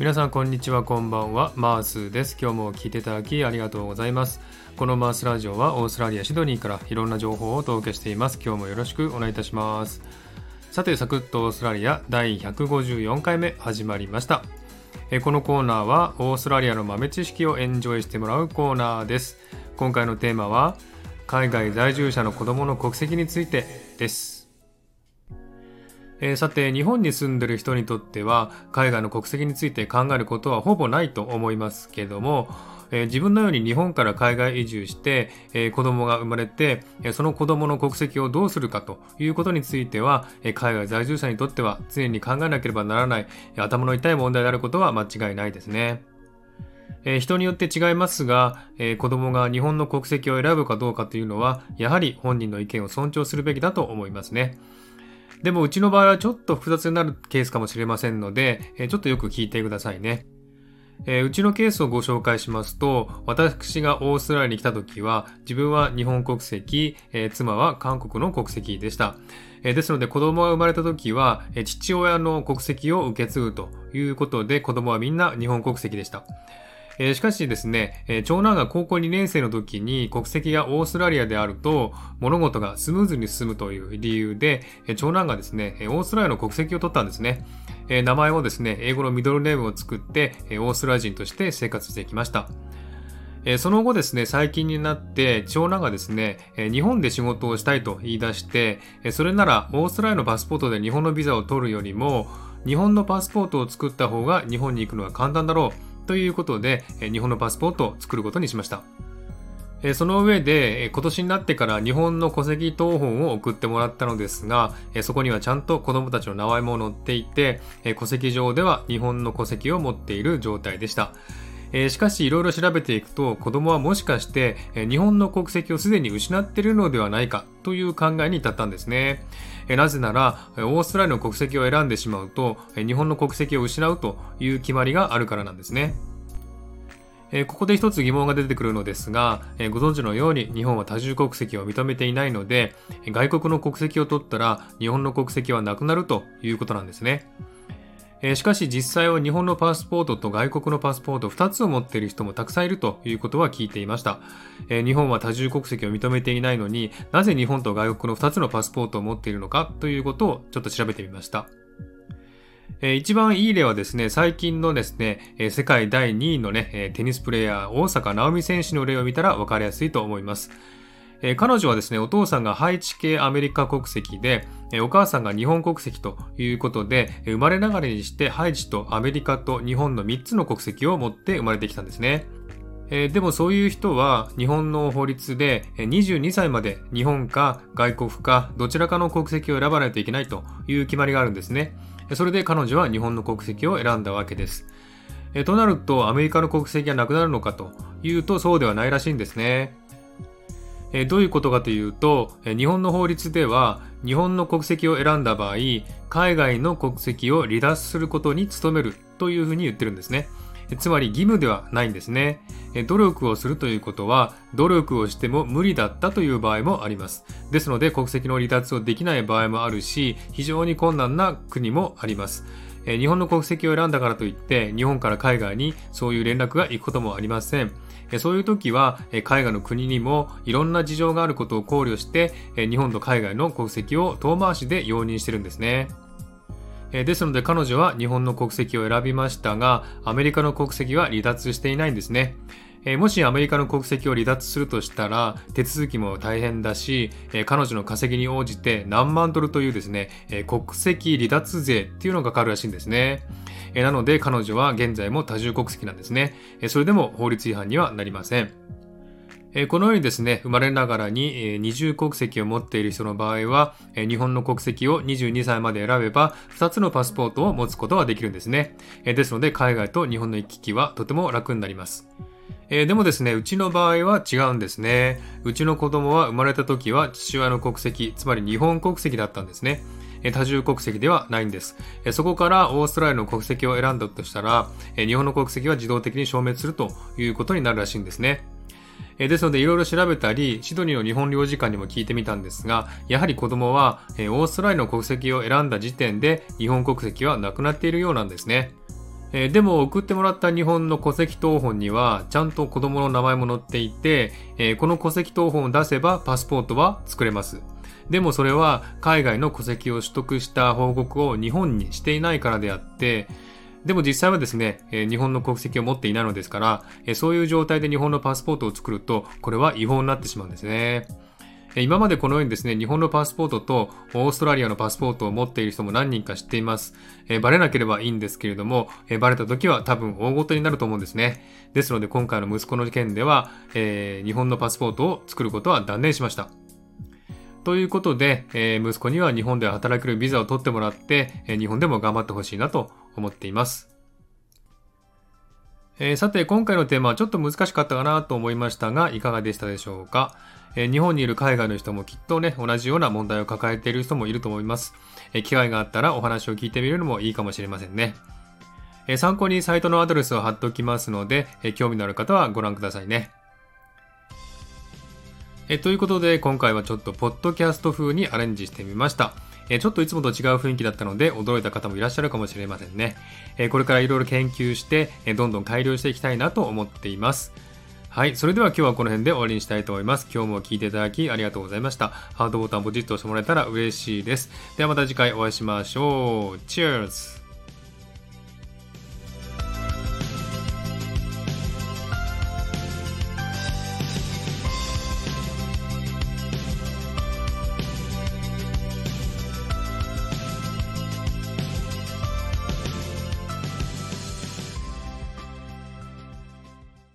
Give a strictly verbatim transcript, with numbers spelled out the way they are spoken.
皆さんこんにちは、こんばんは。マースです。今日も聞いていただきありがとうございます。このマースラジオはオーストラリアシドニーからいろんな情報をお届けしています。今日もよろしくお願いいたします。さて、サクッとオーストラリアだいひゃくごじゅうよんかいめ始まりました。えこのコーナーはオーストラリアの豆知識をエンジョイしてもらうコーナーです。今回のテーマは海外在住者の子どもの国籍についてです。えー、さて、日本に住んでいる人にとっては海外の国籍について考えることはほぼないと思いますけども、えー、自分のように日本から海外移住して、えー、子供が生まれて、えー、その子供の国籍をどうするかということについては、えー、海外在住者にとっては常に考えなければならない、えー、頭の痛い問題であることは間違いないですね。えー、人によって違いますが、えー、子供が日本の国籍を選ぶかどうかというのはやはり本人の意見を尊重するべきだと思いますね。でもうちの場合はちょっと複雑になるケースかもしれませんので、えー、ちょっとよく聞いてくださいね。えー、うちのケースをご紹介しますと、私がオーストラリアに来た時は自分は日本国籍、えー、妻は韓国の国籍でした。えー、ですので子供が生まれた時は、えー、父親の国籍を受け継ぐということで子供はみんな日本国籍でした。えー、しかしですね、えー、長男が高校にねん生の時に国籍がオーストラリアであると物事がスムーズに進むという理由で、えー、長男がですね、オーストラリアの国籍を取ったんですね。えー、名前をですね、英語のミドルネームを作って、えー、オーストラリア人として生活してきました。えー、その後ですね、最近になって長男がですね、えー、日本で仕事をしたいと言い出して、えー、それならオーストラリアのパスポートで日本のビザを取るよりも日本のパスポートを作った方が日本に行くのは簡単だろうということで、日本のパスポートを作ることにしました。その上で、今年になってから日本の戸籍謄本を送ってもらったのですが、そこにはちゃんと子供たちの名前も載っていて、戸籍上では日本の戸籍を持っている状態でした。しかしいろいろ調べていくと、子供はもしかして日本の国籍をすでに失っているのではないかという考えに至ったんですね。なぜならオーストラリアの国籍を選んでしまうと日本の国籍を失うという決まりがあるからなんですね。ここで一つ疑問が出てくるのですが、ご存知のように日本は多重国籍を認めていないので、外国の国籍を取ったら日本の国籍はなくなるということなんですね。しかし実際は日本のパスポートと外国のパスポートふたつを持っている人もたくさんいるということは聞いていました。日本は多重国籍を認めていないのになぜ日本と外国のふたつのパスポートを持っているのかということをちょっと調べてみました。一番いい例はですね、最近のですね、世界だいにいのね、テニスプレーヤー大坂なおみ選手の例を見たら分かりやすいと思います。えー、彼女はですね、お父さんがハイチ系アメリカ国籍で、えー、お母さんが日本国籍ということで、えー、生まれながらにしてハイチとアメリカと日本のみっつの国籍を持って生まれてきたんですね。えー、でもそういう人は日本の法律でにじゅうにさいまで日本か外国かどちらかの国籍を選ばないといけないという決まりがあるんですね。それで彼女は日本の国籍を選んだわけです。えー、となるとアメリカの国籍がなくなるのかというとそうではないらしいんですね。どういうことかというと、日本の法律では日本の国籍を選んだ場合、海外の国籍を離脱することに努めるというふうに言ってるんですね。つまり義務ではないんですね。努力をするということは努力をしても無理だったという場合もあります。ですので国籍の離脱をできない場合もあるし、非常に困難な国もあります。日本の国籍を選んだからといって日本から海外にそういう連絡が行くこともありません。そういう時は海外の国にもいろんな事情があることを考慮して日本と海外の国籍を遠回しで容認してるんですね。ですので彼女は日本の国籍を選びましたが、アメリカの国籍は離脱していないんですね。もしアメリカの国籍を離脱するとしたら手続きも大変だし、彼女の稼ぎに応じて何万ドルというですね、国籍離脱税っていうのがかかるらしいんですね。なので彼女は現在も多重国籍なんですね。それでも法律違反にはなりません。このようにですね、生まれながらに二重国籍を持っている人の場合は日本の国籍をにじゅうにさいまで選べばふたつのパスポートを持つことができるんですね。ですので海外と日本の行き来はとても楽になります。えー、でもですね、うちの場合は違うんですね。うちの子供は生まれた時は父親の国籍、つまり日本国籍だったんですね。多重国籍ではないんです。そこからオーストラリアの国籍を選んだとしたら、日本の国籍は自動的に消滅するということになるらしいんですね。ですのでいろいろ調べたり、シドニーの日本領事館にも聞いてみたんですが、やはり子供はオーストラリアの国籍を選んだ時点で日本国籍はなくなっているようなんですね。 えー、でも送ってもらった日本の戸籍謄本にはちゃんと子供の名前も載っていて、えー、この戸籍謄本を出せばパスポートは作れます。でもそれは海外の戸籍を取得した報告を日本にしていないからであって、でも実際はですね、えー、日本の国籍を持っていないのですから、えー、そういう状態で日本のパスポートを作ると、これは違法になってしまうんですね。今までこのようにですね、日本のパスポートとオーストラリアのパスポートを持っている人も何人か知っています。えー、バレなければいいんですけれども、えー、バレた時は多分大事になると思うんですね。ですので今回の息子の件では、えー、日本のパスポートを作ることは断念しました。ということで、えー、息子には日本で働けるビザを取ってもらって、えー、日本でも頑張ってほしいなと思っています。えー、さて今回のテーマはちょっと難しかったかなと思いましたが、いかがでしたでしょうか。えー、日本にいる海外の人もきっとね、同じような問題を抱えている人もいると思います。えー、機会があったらお話を聞いてみるのもいいかもしれませんね。えー、参考にサイトのアドレスを貼っておきますので、えー、興味のある方はご覧くださいね。えー、ということで今回はちょっとポッドキャスト風にアレンジしてみました。えー、ちょっといつもと違う雰囲気だったので驚いた方もいらっしゃるかもしれませんね。えー、これからいろいろ研究して、えー、どんどん改良していきたいなと思っています。はい。それでは今日はこの辺で終わりにしたいと思います。今日も聞いていただきありがとうございました。ハートボタンポチッと押してもらえたら嬉しいです。ではまた次回お会いしましょう。チェアーズ